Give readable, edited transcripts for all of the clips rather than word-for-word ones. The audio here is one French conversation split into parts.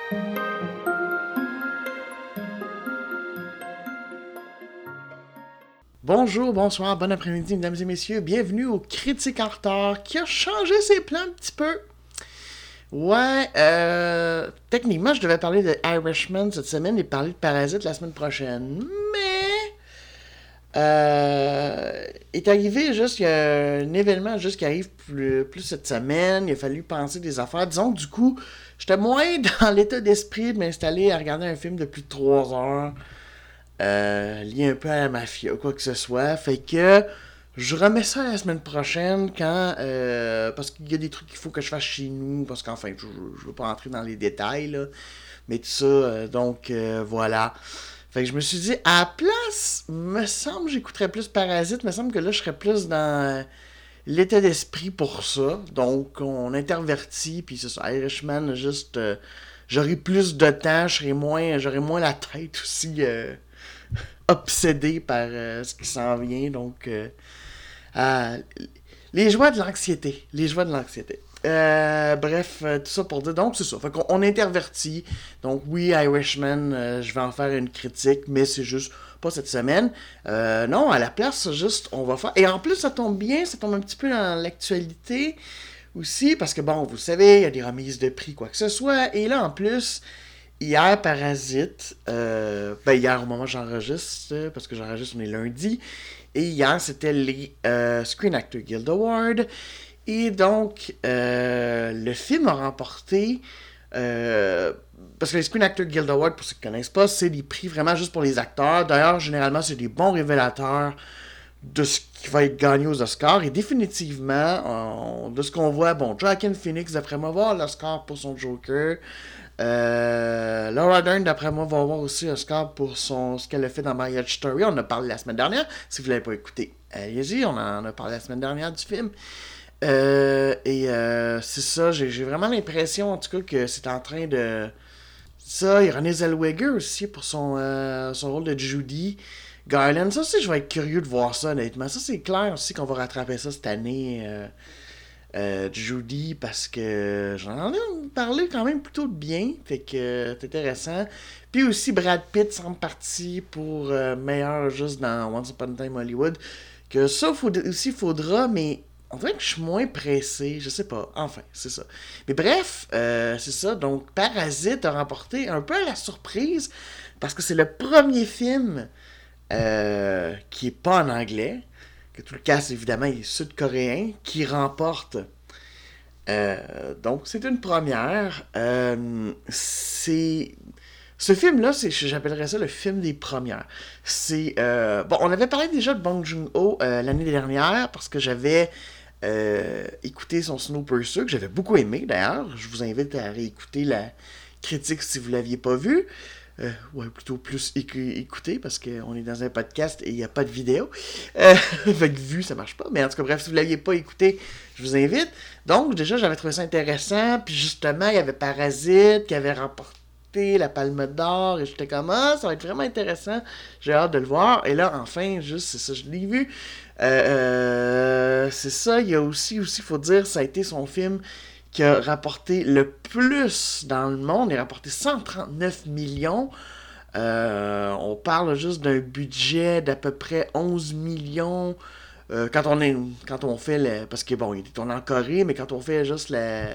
Bonjour, bonsoir, bon après-midi, mesdames et messieurs. Bienvenue au Critique en retard qui a changé ses plans un petit peu. Ouais, techniquement, je devais parler de Irishman cette semaine et parler de Parasite la semaine prochaine. Mais, est arrivé juste, il y a un événement juste qui arrive plus cette semaine. Il a fallu penser des affaires. Disons que du coup, j'étais moins dans l'état d'esprit de m'installer à regarder un film de plus de 3 heures. Lié un peu à la mafia ou quoi que ce soit. Fait que je remets ça la semaine prochaine quand parce qu'il y a des trucs qu'il faut que je fasse chez nous, parce qu'enfin, je veux pas entrer dans les détails, là. Mais tout ça, donc voilà. Fait que je me suis dit, à la place, me semble que j'écouterais plus Parasite, me semble que là, je serais plus dans l'état d'esprit pour ça. Donc, on intervertit, puis c'est ça, Irishman, juste, j'aurai plus de temps, j'aurai moins la tête aussi obsédé par ce qui s'en vient. Donc, euh, les joies de l'anxiété. Les joies de l'anxiété. Bref, tout ça pour dire. Donc, c'est ça. Fait qu'on intervertit. Donc, oui, Irishman, je vais en faire une critique, mais c'est juste pas cette semaine. Non, à la place, juste, on va faire. Et en plus, ça tombe bien, ça tombe un petit peu dans l'actualité aussi, parce que bon, vous savez, il y a des remises de prix, quoi que ce soit. Et là, en plus, hier, Parasite, hier au moment où j'enregistre, parce que j'enregistre, on est lundi, et hier, c'était les Screen Actor Guild Awards, et donc, le film a remporté, parce que les Screen Actor Guild Awards, pour ceux qui ne connaissent pas, c'est des prix vraiment juste pour les acteurs. D'ailleurs, généralement, c'est des bons révélateurs de ce qui va être gagné aux Oscars. Et définitivement, de ce qu'on voit, bon, Joaquin Phoenix, d'après moi, va avoir l'Oscar pour son Joker. Laura Dern, d'après moi, va avoir aussi un score pour ce qu'elle a fait dans Marriage Story. On en a parlé la semaine dernière. Si vous ne l'avez pas écouté, allez-y, on en a parlé la semaine dernière du film. C'est ça, j'ai vraiment l'impression, en tout cas, que c'est en train de... Ça, il y a Renée Zellweger aussi pour son rôle de Judy Garland. Ça aussi, je vais être curieux de voir ça, honnêtement. Ça, c'est clair aussi qu'on va rattraper ça cette année. Judy, parce que j'en ai parlé quand même plutôt de bien, fait que c'est intéressant. Puis aussi Brad Pitt semble parti pour meilleur juste dans Once Upon a Time Hollywood, que ça aussi faudra, mais on dirait que je suis moins pressé, je sais pas, enfin, c'est ça. Mais bref, c'est ça, donc Parasite a remporté un peu à la surprise, parce que c'est le premier film qui est pas en anglais, que tout le cast évidemment est sud-coréen, qui remporte. Donc c'est une première. Ce film-là, j'appellerais ça le film des premières. Bon, on avait parlé déjà de Bong Joon-ho l'année dernière parce que j'avais écouté son Snowpiercer, que j'avais beaucoup aimé d'ailleurs. Je vous invite à réécouter la critique si vous ne l'aviez pas vu. Ouais, plutôt plus écouter parce qu'on est dans un podcast et il n'y a pas de vidéo. Fait que vu, ça marche pas. Mais en tout cas, bref, si vous ne l'aviez pas écouté, je vous invite. Donc, déjà, j'avais trouvé ça intéressant. Puis justement, il y avait Parasite qui avait remporté la Palme d'Or. Et j'étais comme, ah, ça va être vraiment intéressant. J'ai hâte de le voir. Et là, enfin, juste, c'est ça, je l'ai vu. C'est ça, il y a aussi, faut dire, ça a été son film qui a rapporté le plus dans le monde. Il a rapporté 139 millions. On parle juste d'un budget d'à peu près 11 millions. Quand on fait parce que bon, il était tourné en Corée, mais quand on fait juste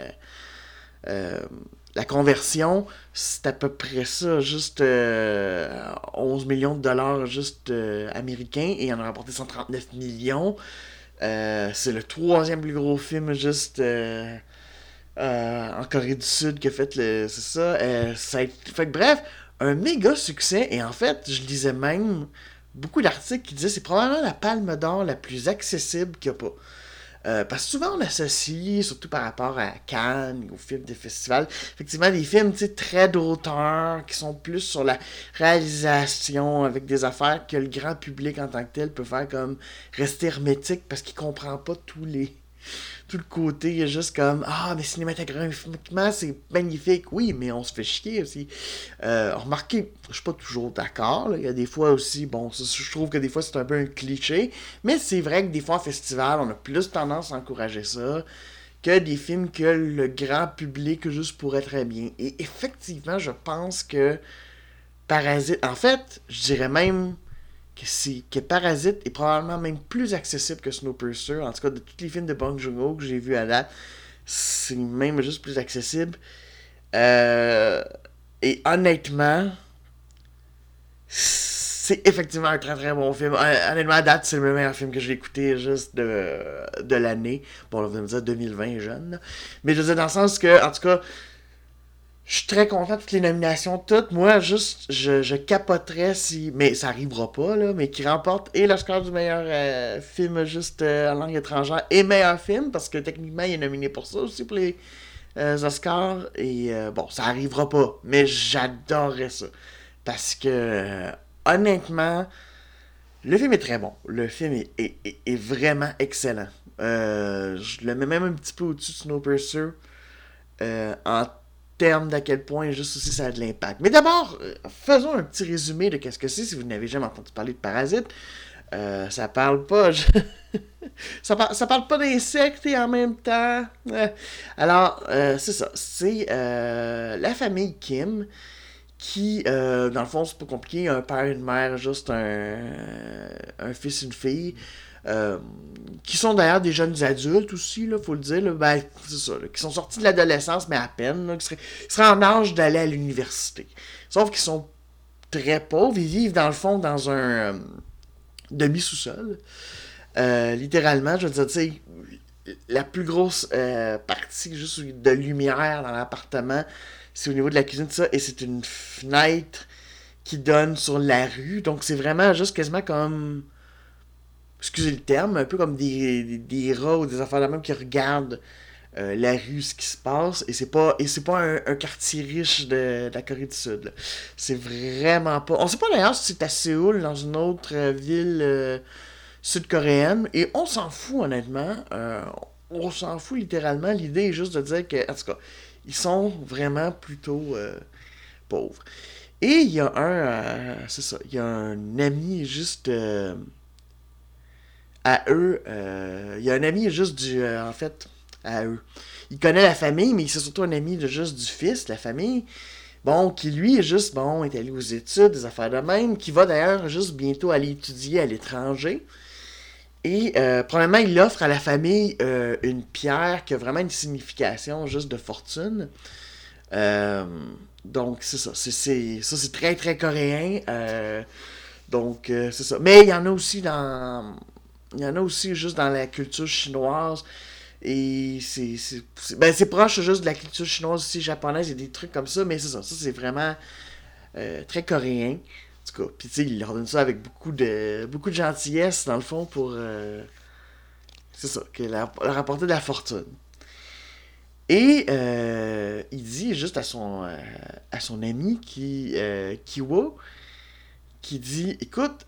la conversion, c'est à peu près ça, juste 11 millions de dollars juste américains, et il en a rapporté 139 millions. C'est le troisième plus gros film juste en Corée du Sud qui a fait c'est ça. Fait que bref, un méga succès, et en fait, je lisais même beaucoup d'articles qui disaient que c'est probablement la Palme d'Or la plus accessible qu'il n'y a pas. Parce que souvent on associe, surtout par rapport à Cannes, aux films des festivals, effectivement des films très d'auteur, qui sont plus sur la réalisation, avec des affaires que le grand public en tant que tel peut faire comme rester hermétique parce qu'il comprend pas tout le côté, il est juste comme mais cinématographiquement c'est magnifique, oui, mais on se fait chier aussi. Remarquez, je suis pas toujours d'accord, là. Il y a des fois aussi, bon, je trouve que des fois c'est un peu un cliché, mais c'est vrai que des fois en festival on a plus tendance à encourager ça que des films que le grand public juste pourrait très bien. Et effectivement, je pense que Parasite, en fait, je dirais même que Parasite est probablement même plus accessible que Snowpiercer. En tout cas, de tous les films de Bong Joon-ho que j'ai vus à date, c'est même juste plus accessible. Euh, et honnêtement, c'est effectivement un très très bon film. Honnêtement, à date, c'est le meilleur film que j'ai écouté juste de l'année. Bon, on va me dire 2020, jeune. Mais je veux dire, dans le sens que, en tout cas, je suis très content de toutes les nominations, toutes. Moi, juste, je capoterais si. Mais ça arrivera pas, là. Mais qui remporte et l'Oscar du meilleur film juste en langue étrangère et meilleur film, parce que techniquement, il est nominé pour ça aussi, pour les Oscars. Et bon, ça arrivera pas. Mais j'adorerais ça. Parce que, honnêtement, le film est très bon. Le film est vraiment excellent. Je le mets même un petit peu au-dessus de Snowpiercer en termes d'à quel point juste aussi ça a de l'impact. Mais d'abord, faisons un petit résumé de qu'est-ce que c'est si vous n'avez jamais entendu parler de Parasite. Ça parle pas... ça parle pas d'insectes et en même temps... Alors, c'est ça. C'est la famille Kim qui, dans le fond, c'est pas compliqué, un père, une mère, juste un fils, une fille, euh, qui sont d'ailleurs des jeunes adultes aussi, là, faut le dire, là, ben, c'est ça, là, qui sont sortis de l'adolescence, mais à peine, là, qui seraient en âge d'aller à l'université. Sauf qu'ils sont très pauvres, ils vivent dans le fond dans un demi-sous-sol. Littéralement, je veux dire, tu sais, la plus grosse partie juste de lumière dans l'appartement, c'est au niveau de la cuisine, tout ça, et c'est une fenêtre qui donne sur la rue. Donc c'est vraiment juste quasiment comme, excusez le terme, un peu comme des rats ou des affaires de même qui regardent la rue, ce qui se passe. Et c'est pas un quartier riche de la Corée du Sud, là. C'est vraiment pas. On sait pas d'ailleurs si c'est à Séoul, dans une autre ville sud-coréenne. Et on s'en fout, honnêtement. On s'en fout littéralement. L'idée est juste de dire que, en tout cas, ils sont vraiment plutôt pauvres. Et il y a c'est ça, il y a un ami juste à eux. Il y a un ami juste en fait, à eux. Il connaît la famille, mais c'est surtout un ami de juste du fils, de la famille. Bon, qui lui est juste, bon, est allé aux études, des affaires de même, qui va d'ailleurs juste bientôt aller étudier à l'étranger. Et probablement, il offre à la famille une pierre qui a vraiment une signification juste de fortune. Euh, donc, c'est ça. Ça, c'est très, très coréen. Donc, c'est ça. Mais il y en a aussi dans... Il y en a aussi juste dans la culture chinoise. Et c'est proche juste de la culture chinoise aussi, japonaise, et des trucs comme ça. Mais c'est ça. Ça, c'est vraiment très coréen. En tout cas, puis tu sais, il leur donne ça avec beaucoup de gentillesse, dans le fond, pour... c'est ça, leur apporter de la fortune. Et il dit juste à son ami Kiwo, qui dit, écoute,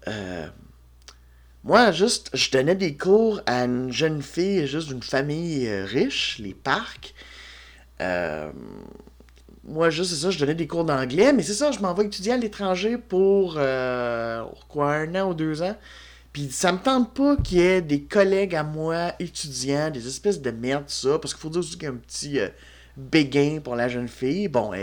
moi juste, je donnais des cours à une jeune fille juste d'une famille riche, les Parks. Euh, Moi juste, c'est ça, je donnais des cours d'anglais, mais c'est ça, je m'en vais étudier à l'étranger pour quoi, 1 an ou 2 ans. Puis ça me tente pas qu'il y ait des collègues à moi, étudiants, des espèces de merde, ça, parce qu'il faut dire aussi qu'il y a un petit béguin pour la jeune fille. Bon,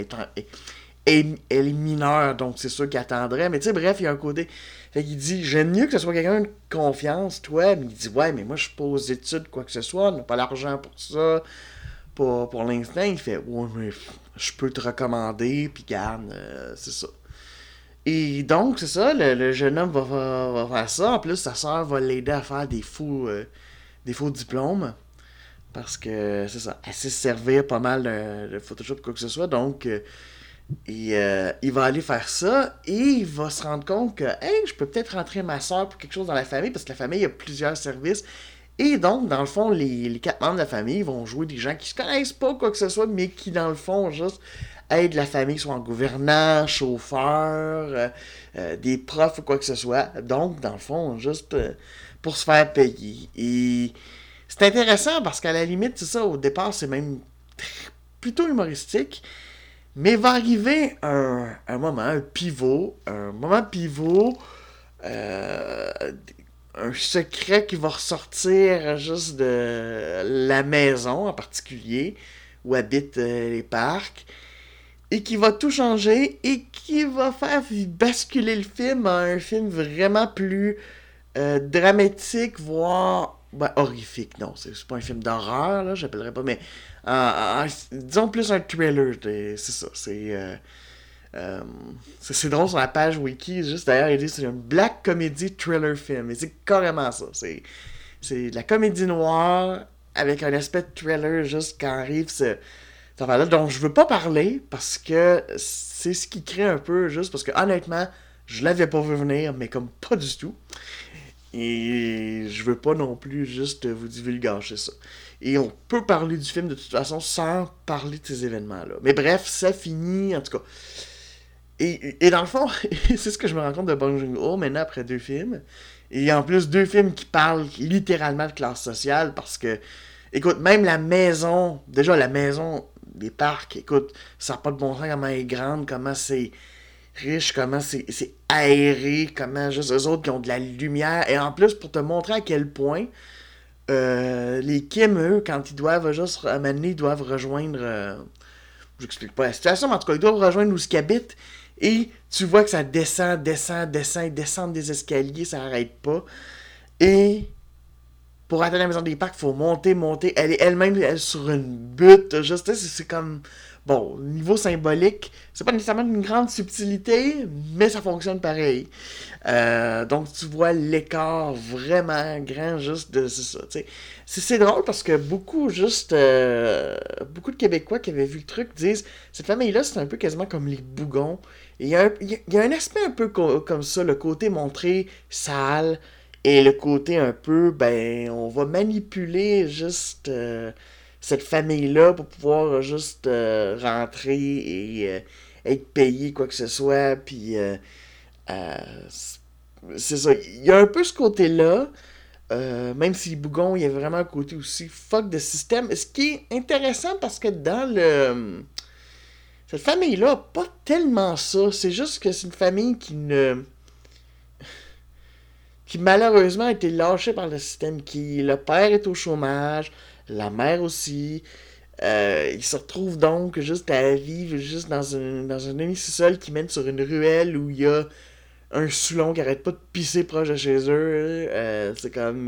elle est mineure, donc c'est sûr qu'elle attendrait. Mais tu sais, bref, il y a un côté. Fait qu'il dit, j'aime mieux que ce soit quelqu'un de confiance, toi. Mais il dit, ouais, mais moi, je suis pas aux études, quoi que ce soit. On n'a pas l'argent pour ça. Pour l'instant, il fait, ouais, mais je peux te recommander, puis garde, c'est ça. Et donc, c'est ça, le jeune homme va faire ça. En plus, sa soeur va l'aider à faire des faux diplômes. Parce que, c'est ça, elle sait se servir pas mal de Photoshop ou quoi que ce soit. Donc, il va aller faire ça. Et il va se rendre compte que, hey, je peux peut-être rentrer ma soeur pour quelque chose dans la famille. Parce que la famille a plusieurs services. Et donc, dans le fond, les 4 membres de la famille vont jouer des gens qui se connaissent pas, quoi que ce soit, mais qui, dans le fond, juste aident la famille, soit en gouvernant, chauffeur, des profs ou quoi que ce soit. Donc, dans le fond, juste pour se faire payer. Et c'est intéressant parce qu'à la limite, c'est ça, au départ, c'est même plutôt humoristique. Mais va arriver un moment, un moment pivot, euh, un secret qui va ressortir juste de la maison en particulier, où habitent les parcs, et qui va tout changer, et qui va faire basculer le film en un film vraiment plus dramatique, voire horrifique. Non, c'est pas un film d'horreur, là, j'appellerais pas, mais disons plus un thriller. C'est ça, c'est drôle sur la page wiki, juste d'ailleurs, il dit c'est un black comedy thriller film. Et c'est carrément ça. C'est de la comédie noire avec un aspect de thriller juste quand arrive cette affaire-là dont je veux pas parler parce que c'est ce qui crée un peu juste parce que honnêtement, je l'avais pas vu venir, mais comme pas du tout. Et je veux pas non plus juste vous divulgacher ça. Et on peut parler du film de toute façon sans parler de ces événements-là. Mais bref, ça finit, en tout cas. Et dans le fond, c'est ce que je me rends compte de Bong Joon-ho maintenant après 2 films. Et en plus, 2 films qui parlent littéralement de classe sociale parce que, écoute, même la maison, déjà la maison des parcs, écoute, ça n'a pas de bon sens comment elle est grande, comment c'est riche, comment c'est aéré, comment juste eux autres qui ont de la lumière. Et en plus, pour te montrer à quel point les Kim, eux, quand ils doivent juste amener, ils doivent rejoindre. J'explique pas la situation, mais en tout cas, ils doivent rejoindre où ils habitent. Et tu vois que ça descend, ils descendent des escaliers, ça arrête pas. Et pour atteindre la maison des parcs, il faut monter. Elle est elle-même sur une butte. Juste, c'est comme. Bon, niveau symbolique, c'est pas nécessairement une grande subtilité, mais ça fonctionne pareil. Donc tu vois l'écart vraiment grand juste de c'est ça. T'sais. C'est drôle parce que beaucoup de Québécois qui avaient vu le truc disent cette famille-là c'est un peu quasiment comme les Bougons. Et il y a un aspect un peu comme ça, le côté montré sale et le côté un peu ben on va manipuler juste cette famille-là pour pouvoir juste rentrer et être payé quoi que ce soit puis euh, c'est ça. Il y a un peu ce côté-là. Même si Bougon, il y a vraiment un côté aussi fuck de système. Ce qui est intéressant parce que dans le. Cette famille-là, pas tellement ça. C'est juste que c'est une famille qui ne. Qui malheureusement a été lâchée par le système. Qui. Le père est au chômage, la mère aussi. Il se retrouve donc juste à vivre juste dans un demi-sous-sol qui mène sur une ruelle où il y a un Soulon qui arrête pas de pisser proche de chez eux. C'est comme.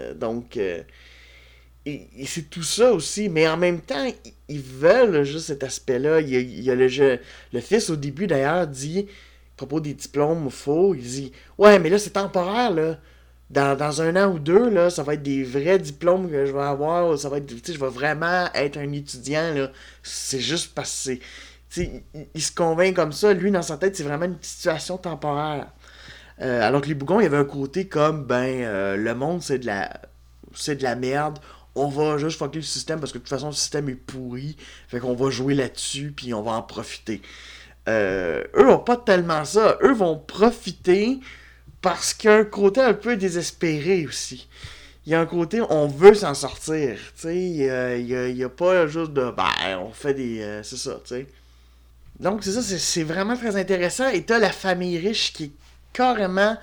Et c'est tout ça aussi. Mais en même temps, ils veulent juste cet aspect-là. Il y a le fils au début d'ailleurs dit, à propos des diplômes faux, il dit ouais, mais là c'est temporaire là. Dans 1 an ou 2, là, ça va être des vrais diplômes que je vais avoir. Ça va être, tu sais, je vais vraiment être un étudiant. Là. C'est juste parce que c'est. Tu sais, il se convainc comme ça. Lui, dans sa tête, c'est vraiment une situation temporaire. Alors que les Bougons, il y avait un côté comme, le monde, c'est de la merde. On va juste fucker le système parce que de toute façon, le système est pourri. Fait qu'on va jouer là-dessus, puis on va en profiter. Eux ont pas tellement ça. Eux vont profiter parce qu'il y a un côté un peu désespéré aussi. Il y a un côté, on veut s'en sortir. Tu sais, il y a pas juste de, on fait des. C'est ça, tu sais. Donc, c'est ça, c'est vraiment très intéressant. Et t'as la famille riche qui est carrément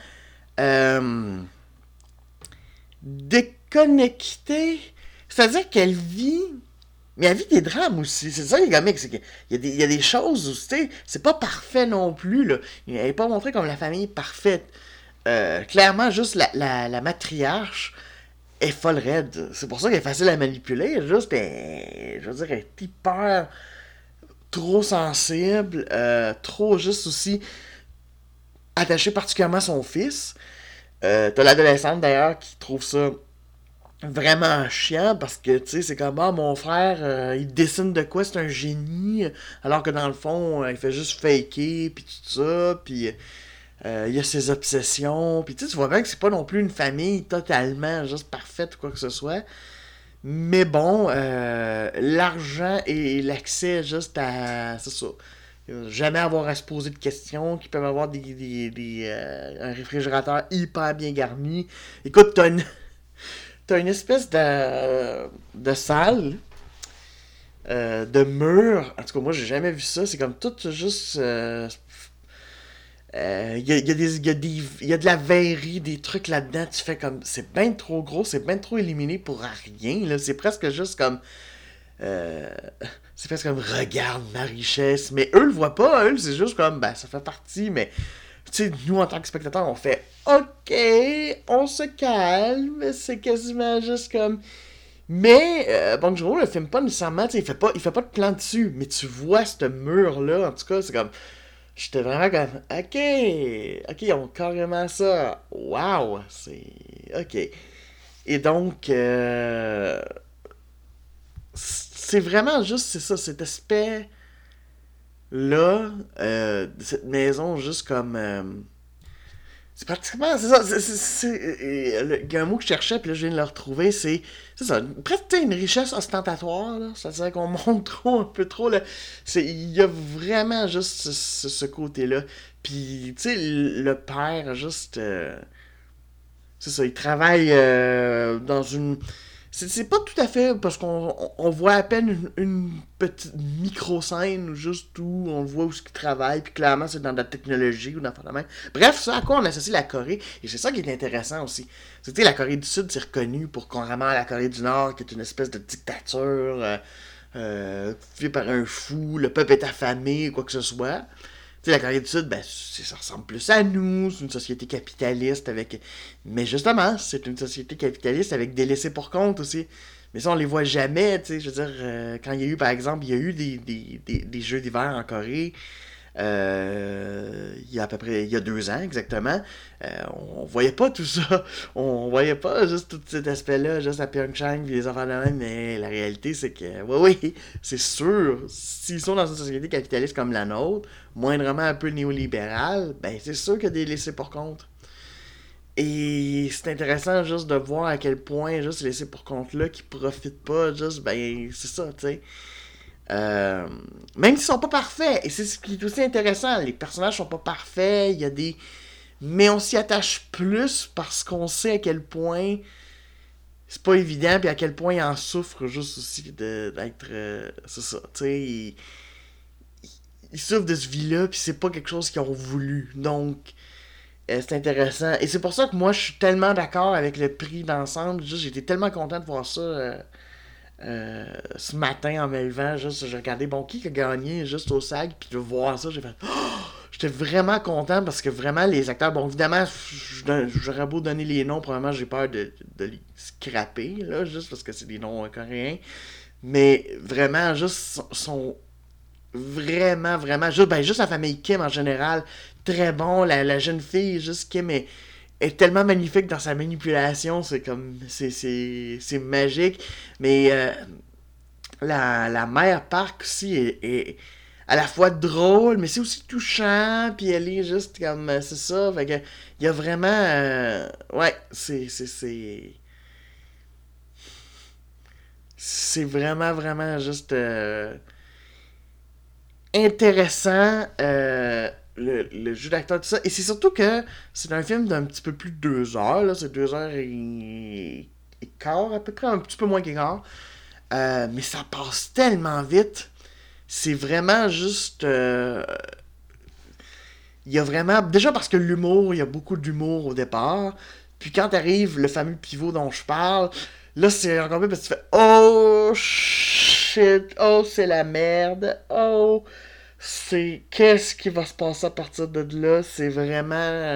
déconnectée. C'est-à-dire qu'elle vit. Mais elle vit des drames aussi. C'est ça, les gars, c'est qu'il y a des choses où, tu sais, c'est pas parfait non plus, là. Elle n'est pas montrée comme la famille parfaite. Clairement, juste la matriarche est folle raide. C'est pour ça qu'elle est facile à manipuler. Juste, je veux dire, elle est hyper trop sensible, trop juste aussi attachée particulièrement à son fils. T'as l'adolescente d'ailleurs qui trouve ça vraiment chiant parce que tu sais c'est comme mon frère il dessine de quoi c'est un génie alors que dans le fond il fait juste faker puis tout ça puis il a ses obsessions puis tu vois bien que c'est pas non plus une famille totalement juste parfaite ou quoi que ce soit mais bon l'argent et l'accès juste à c'est ça jamais avoir à se poser de questions qui peuvent avoir un réfrigérateur hyper bien garni écoute t'as une espèce de salle, de mur. En tout cas, moi, j'ai jamais vu ça. C'est comme tout juste. Il y a de la verrerie, des trucs là-dedans. Tu fais comme. C'est bien trop gros, c'est bien trop éliminé pour rien. Là. C'est presque juste comme. euh, c'est presque comme regarde ma richesse. Mais eux le voient pas, eux, c'est juste comme. Ben, ça fait partie, mais. Tu sais, nous en tant que spectateurs, on fait OK, on se calme. C'est quasiment juste comme. Mais Bong Joon-ho le filme pas nécessairement, tu sais, il fait pas de plan dessus, mais tu vois ce mur-là, en tout cas, c'est comme. J'étais vraiment comme, ok, ils ont carrément ça. Wow, c'est. Ok. Et donc, c'est vraiment juste, c'est ça, cet aspect-là, de cette maison, juste comme. C'est pratiquement, c'est ça, il y a un mot que je cherchais, puis là, je viens de le retrouver, c'est ça, presque une richesse ostentatoire, là, c'est-à-dire qu'on montre trop, un peu trop, là, il y a vraiment juste ce côté-là, puis, tu sais, le père, juste, c'est ça, il travaille dans une. C'est pas tout à fait parce qu'on voit à peine une petite micro-scène juste où on voit où ce qu'il travaille, puis clairement c'est dans la technologie ou dans la même. Bref, ça à quoi on associe la Corée, et c'est ça qui est intéressant aussi. C'était la Corée du Sud, c'est reconnu pour contrairement à la Corée du Nord, qui est une espèce de dictature fait par un fou, le peuple est affamé, quoi que ce soit. Tu sais, la Corée du Sud, ben, ça ressemble plus à nous, c'est une société capitaliste avec. Mais justement, c'est une société capitaliste avec des laissés pour compte aussi. Mais ça, on les voit jamais, tu sais. Je veux dire, quand il y a eu, par exemple, il y a eu des jeux d'hiver en Corée, il y a à peu près, il y a 2 ans exactement, euh, on voyait pas tout ça. On voyait pas juste tout cet aspect-là, juste à Pyeongchang, puis les enfants de même. Mais la réalité, c'est que, oui, c'est sûr, s'ils sont dans une société capitaliste comme la nôtre, moindrement un peu néolibérale, ben c'est sûr qu'il y a des laissés pour compte. Et c'est intéressant juste de voir à quel point juste ces laissés pour compte là qui profitent pas, juste ben c'est ça, tu sais. Euh, Même s'ils sont pas parfaits, et c'est ce qui est aussi intéressant, les personnages sont pas parfaits, il y a des. Mais on s'y attache plus parce qu'on sait à quel point c'est pas évident, puis à quel point ils en souffrent juste aussi d'être. C'est ça, tu sais. Ils souffrent de ce vie-là, puis c'est pas quelque chose qu'ils ont voulu. Donc, c'est intéressant. Et c'est pour ça que moi, je suis tellement d'accord avec le prix d'ensemble. Juste, j'étais tellement content de voir ça ce matin en me levant. Juste, j'ai regardé, bon, qui a gagné juste au SAG, puis de voir ça, j'ai fait. Oh! J'étais vraiment content parce que vraiment, les acteurs, bon, évidemment, j'aurais beau donner les noms, probablement, j'ai peur de les scraper, là, juste parce que c'est des noms coréens. Mais vraiment, juste, sont vraiment, vraiment, juste, ben, juste la famille Kim en général, très bon. La jeune fille, juste Kim, est tellement magnifique dans sa manipulation, c'est comme, c'est magique. Mais la mère Park aussi est à la fois drôle, mais c'est aussi touchant, puis elle est juste comme, c'est ça, fait que, il y a vraiment, ouais, c'est vraiment, vraiment juste intéressant, le jeu d'acteur, tout ça. Et c'est surtout que c'est un film d'un petit peu plus de 2 heures, là. C'est 2 heures et quart, à peu près, un petit peu moins qu'écart. Mais ça passe tellement vite. C'est vraiment juste. Il y a vraiment. Déjà parce que l'humour, il y a beaucoup d'humour au départ. Puis quand arrive le fameux pivot dont je parle, là c'est encore plus parce que tu fais oh shit, oh c'est la merde, oh c'est qu'est-ce qui va se passer à partir de là, c'est vraiment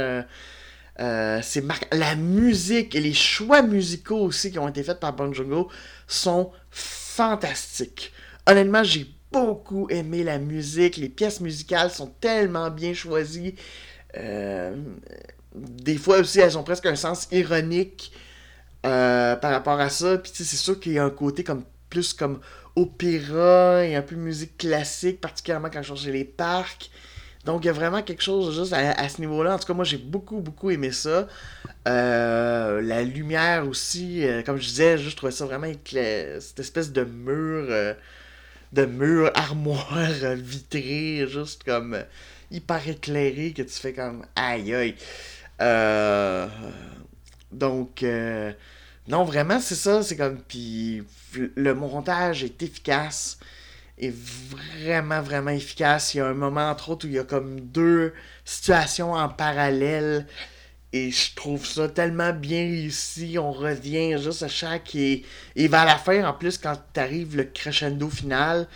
la musique et les choix musicaux aussi qui ont été faits par Bong Joon-ho sont fantastiques. Honnêtement, j'ai beaucoup aimé la musique, les pièces musicales sont tellement bien choisies. Euh, des fois aussi, elles ont presque un sens ironique par rapport à ça. Puis c'est sûr qu'il y a un côté comme plus comme opéra et un peu musique classique, particulièrement quand je suis chez les parcs. Donc il y a vraiment quelque chose juste à ce niveau-là. En tout cas, moi j'ai beaucoup beaucoup aimé ça. La lumière aussi, comme je disais, je trouvais ça vraiment cette espèce de mur armoire vitré, juste comme hyper éclairé que tu fais comme aïe aïe. Euh, donc, non, vraiment, c'est ça. C'est comme. Puis le montage est efficace. est vraiment, vraiment efficace. Il y a un moment, entre autres, où il y a comme deux situations en parallèle. Et je trouve ça tellement bien réussi. On revient juste à chaque... Et vers la fin, en plus, quand t'arrives le crescendo final,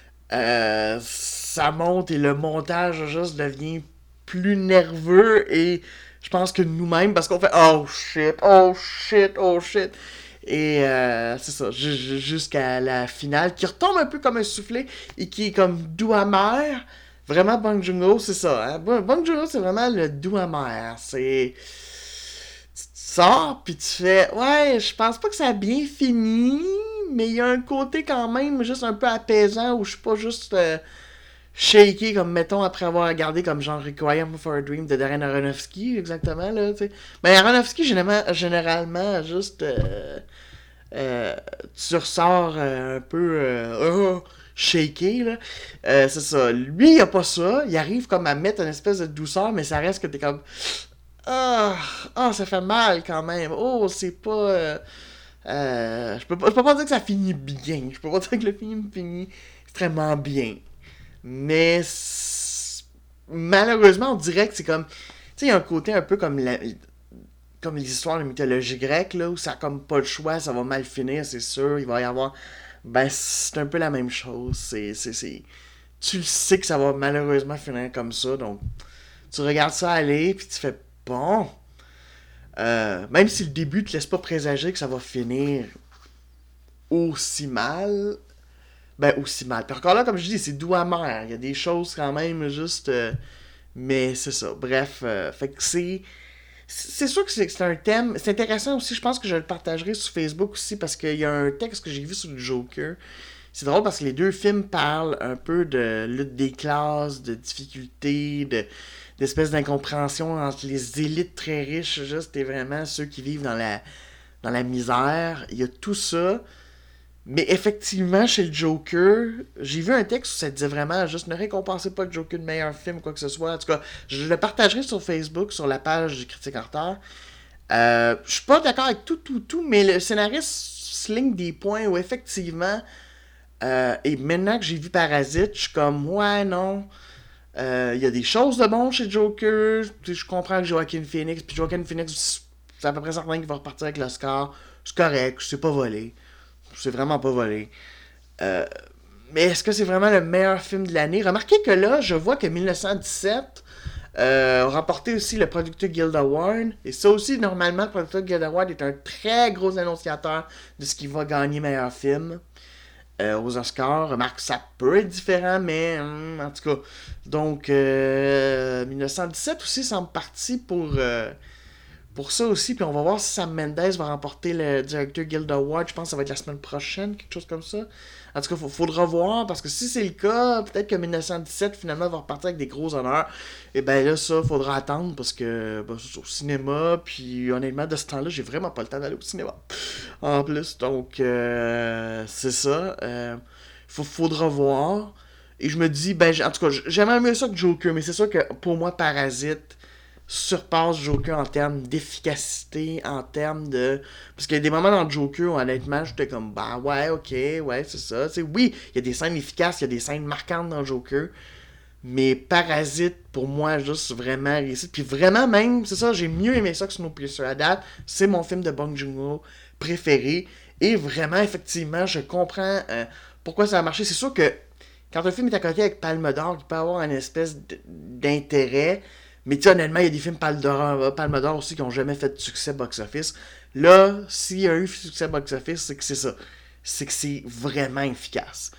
ça monte et le montage juste devient plus nerveux. Et je pense que nous-mêmes, parce qu'on fait oh shit, oh shit, oh shit. Et c'est ça, jusqu'à la finale, qui retombe un peu comme un soufflé et qui est comme doux amer. Vraiment, Bong Joon-ho, c'est ça. Hein? Bong Joon-ho, c'est vraiment le doux amer. C'est... Tu sors, puis tu fais... Ouais, je pense pas que ça a bien fini, mais il y a un côté quand même juste un peu apaisant où je suis pas juste... shaky, comme mettons après avoir regardé comme genre Requiem for a Dream de Darren Aronofsky, exactement, là, tu sais. Mais Aronofsky, généralement juste... tu ressors un peu shaké, là. C'est ça. Lui, il a pas ça. Il arrive comme à mettre une espèce de douceur, mais ça reste que t'es comme... Ah, ça fait mal quand même. Oh, c'est pas... je peux pas dire que ça finit bien. Je peux pas dire que le film finit extrêmement bien. Mais malheureusement, on dirait que c'est comme... Tu sais, il y a un côté un peu comme les histoires de mythologie grecque, là, où ça a comme pas le choix, ça va mal finir, c'est sûr. Il va y avoir... Ben, c'est un peu la même chose. Tu le sais que ça va malheureusement finir comme ça, donc tu regardes ça aller, puis tu fais bon. Même si le début te laisse pas présager que ça va finir aussi mal, ben aussi mal. Puis encore là, comme je dis, c'est doux amer. Il y a des choses quand même juste. Mais c'est ça. Bref, fait que c'est sûr que c'est un thème. C'est intéressant aussi. Je pense que je le partagerai sur Facebook aussi parce qu'il y a un texte que j'ai vu sur le Joker. C'est drôle parce que les deux films parlent un peu de lutte des classes, de difficultés, d'espèces d'incompréhension entre les élites très riches juste et vraiment ceux qui vivent dans la misère. Il y a tout ça. Mais effectivement, chez le Joker, j'ai vu un texte où ça disait vraiment juste ne récompensez pas le Joker de meilleur film ou quoi que ce soit. En tout cas, je le partagerai sur Facebook, sur la page du Critique en retard. Je suis pas d'accord avec tout, mais le scénariste sligne des points où effectivement, et maintenant que j'ai vu Parasite, je suis comme, ouais, non. Il y a des choses de bon chez Joker. Je comprends que Joaquin Phoenix, puis Joaquin Phoenix, c'est à peu près certain qu'il va repartir avec l'Oscar. C'est correct, c'est pas volé. C'est vraiment pas volé. Euh, mais est-ce que c'est vraiment le meilleur film de l'année? Remarquez que là, je vois que 1917 a remporté aussi le Producteur Guild Award. Et ça aussi, normalement, le Producteur Guild Award est un très gros annonciateur de ce qui va gagner meilleur film aux Oscars. Remarque, ça peut être différent, mais en tout cas. Donc, 1917 aussi semble parti pour ça aussi, puis on va voir si Sam Mendes va remporter le Director Guild Award. Je pense que ça va être la semaine prochaine, quelque chose comme ça. En tout cas, faudra voir, parce que si c'est le cas, peut-être que 1917 finalement va repartir avec des gros honneurs. Et ben là, ça, faudra attendre, parce que c'est au cinéma, puis honnêtement, de ce temps-là, j'ai vraiment pas le temps d'aller au cinéma. En plus, donc, c'est ça. Faudra voir. Et je me dis, en tout cas, j'aimerais mieux ça que Joker, mais c'est sûr que pour moi, Parasite surpasse Joker en termes d'efficacité, en termes de... Parce qu'il y a des moments dans Joker où honnêtement j'étais comme bah ouais ok ouais c'est ça. T'sais, oui, il y a des scènes efficaces, il y a des scènes marquantes dans Joker, mais Parasite pour moi juste vraiment réussi. Puis vraiment même, c'est ça, j'ai mieux aimé ça que Snowpiercer à date. C'est mon film de Bong Joon-ho préféré. Et vraiment effectivement je comprends pourquoi ça a marché. C'est sûr que quand un film est à côté avec Palme d'Or, il peut avoir une espèce d'intérêt. Mais tu sais, honnêtement, il y a des films Palme d'Or aussi qui n'ont jamais fait de succès box-office. Là, s'il y a eu succès box-office, c'est que c'est ça. C'est que c'est vraiment efficace.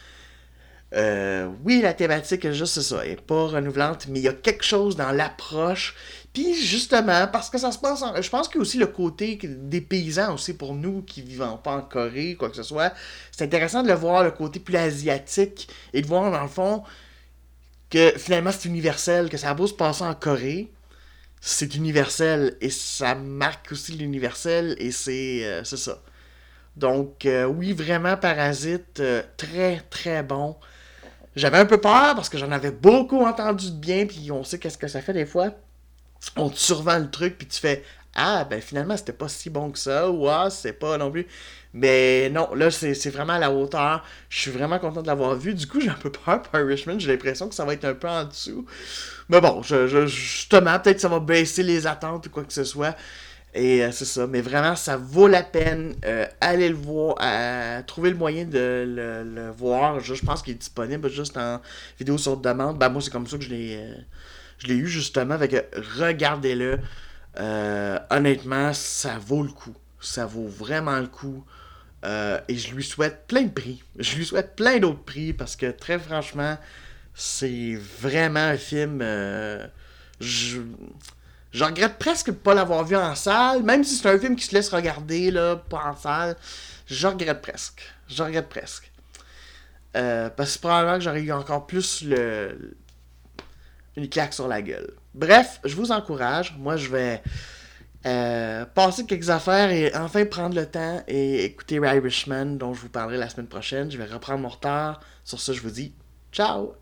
Oui, la thématique est juste ça, elle est pas renouvelante, mais il y a quelque chose dans l'approche. Puis justement, parce que ça se passe je pense qu'il y a aussi le côté des paysans aussi pour nous qui vivons pas en Corée, quoi que ce soit. C'est intéressant de le voir, le côté plus asiatique, et de voir dans le fond que finalement c'est universel, que ça a beau se passer en Corée, c'est universel et ça marque aussi l'universel et c'est ça. Donc oui, vraiment Parasite, très très bon. J'avais un peu peur parce que j'en avais beaucoup entendu de bien, puis on sait qu'est-ce que ça fait des fois. On te survend le truc, puis tu fais ah ben finalement c'était pas si bon que ça, ou ah c'est pas non plus. Mais non, là, c'est vraiment à la hauteur. Je suis vraiment content de l'avoir vu. Du coup, j'ai un peu peur pour Irishman. J'ai l'impression que ça va être un peu en dessous. Mais bon, justement, peut-être que ça va baisser les attentes ou quoi que ce soit. Et c'est ça. Mais vraiment, ça vaut la peine. Aller le voir. Trouver le moyen de le voir. Je pense qu'il est disponible juste en vidéo sur demande. Ben, moi, c'est comme ça que je l'ai eu justement. Avec regardez-le. Honnêtement, ça vaut le coup. Ça vaut vraiment le coup. Et je lui souhaite plein de prix. Je lui souhaite plein d'autres prix parce que très franchement, c'est vraiment un film. Je, je regrette presque de ne pas l'avoir vu en salle, même si c'est un film qui se laisse regarder, là, pas en salle. Je regrette presque. Je regrette presque. Parce que probablement que j'aurais eu encore plus une claque sur la gueule. Bref, je vous encourage. Moi, je vais passer quelques affaires et enfin prendre le temps et écouter Irishman, dont je vous parlerai la semaine prochaine. Je vais reprendre mon retard. Sur ce, je vous dis ciao!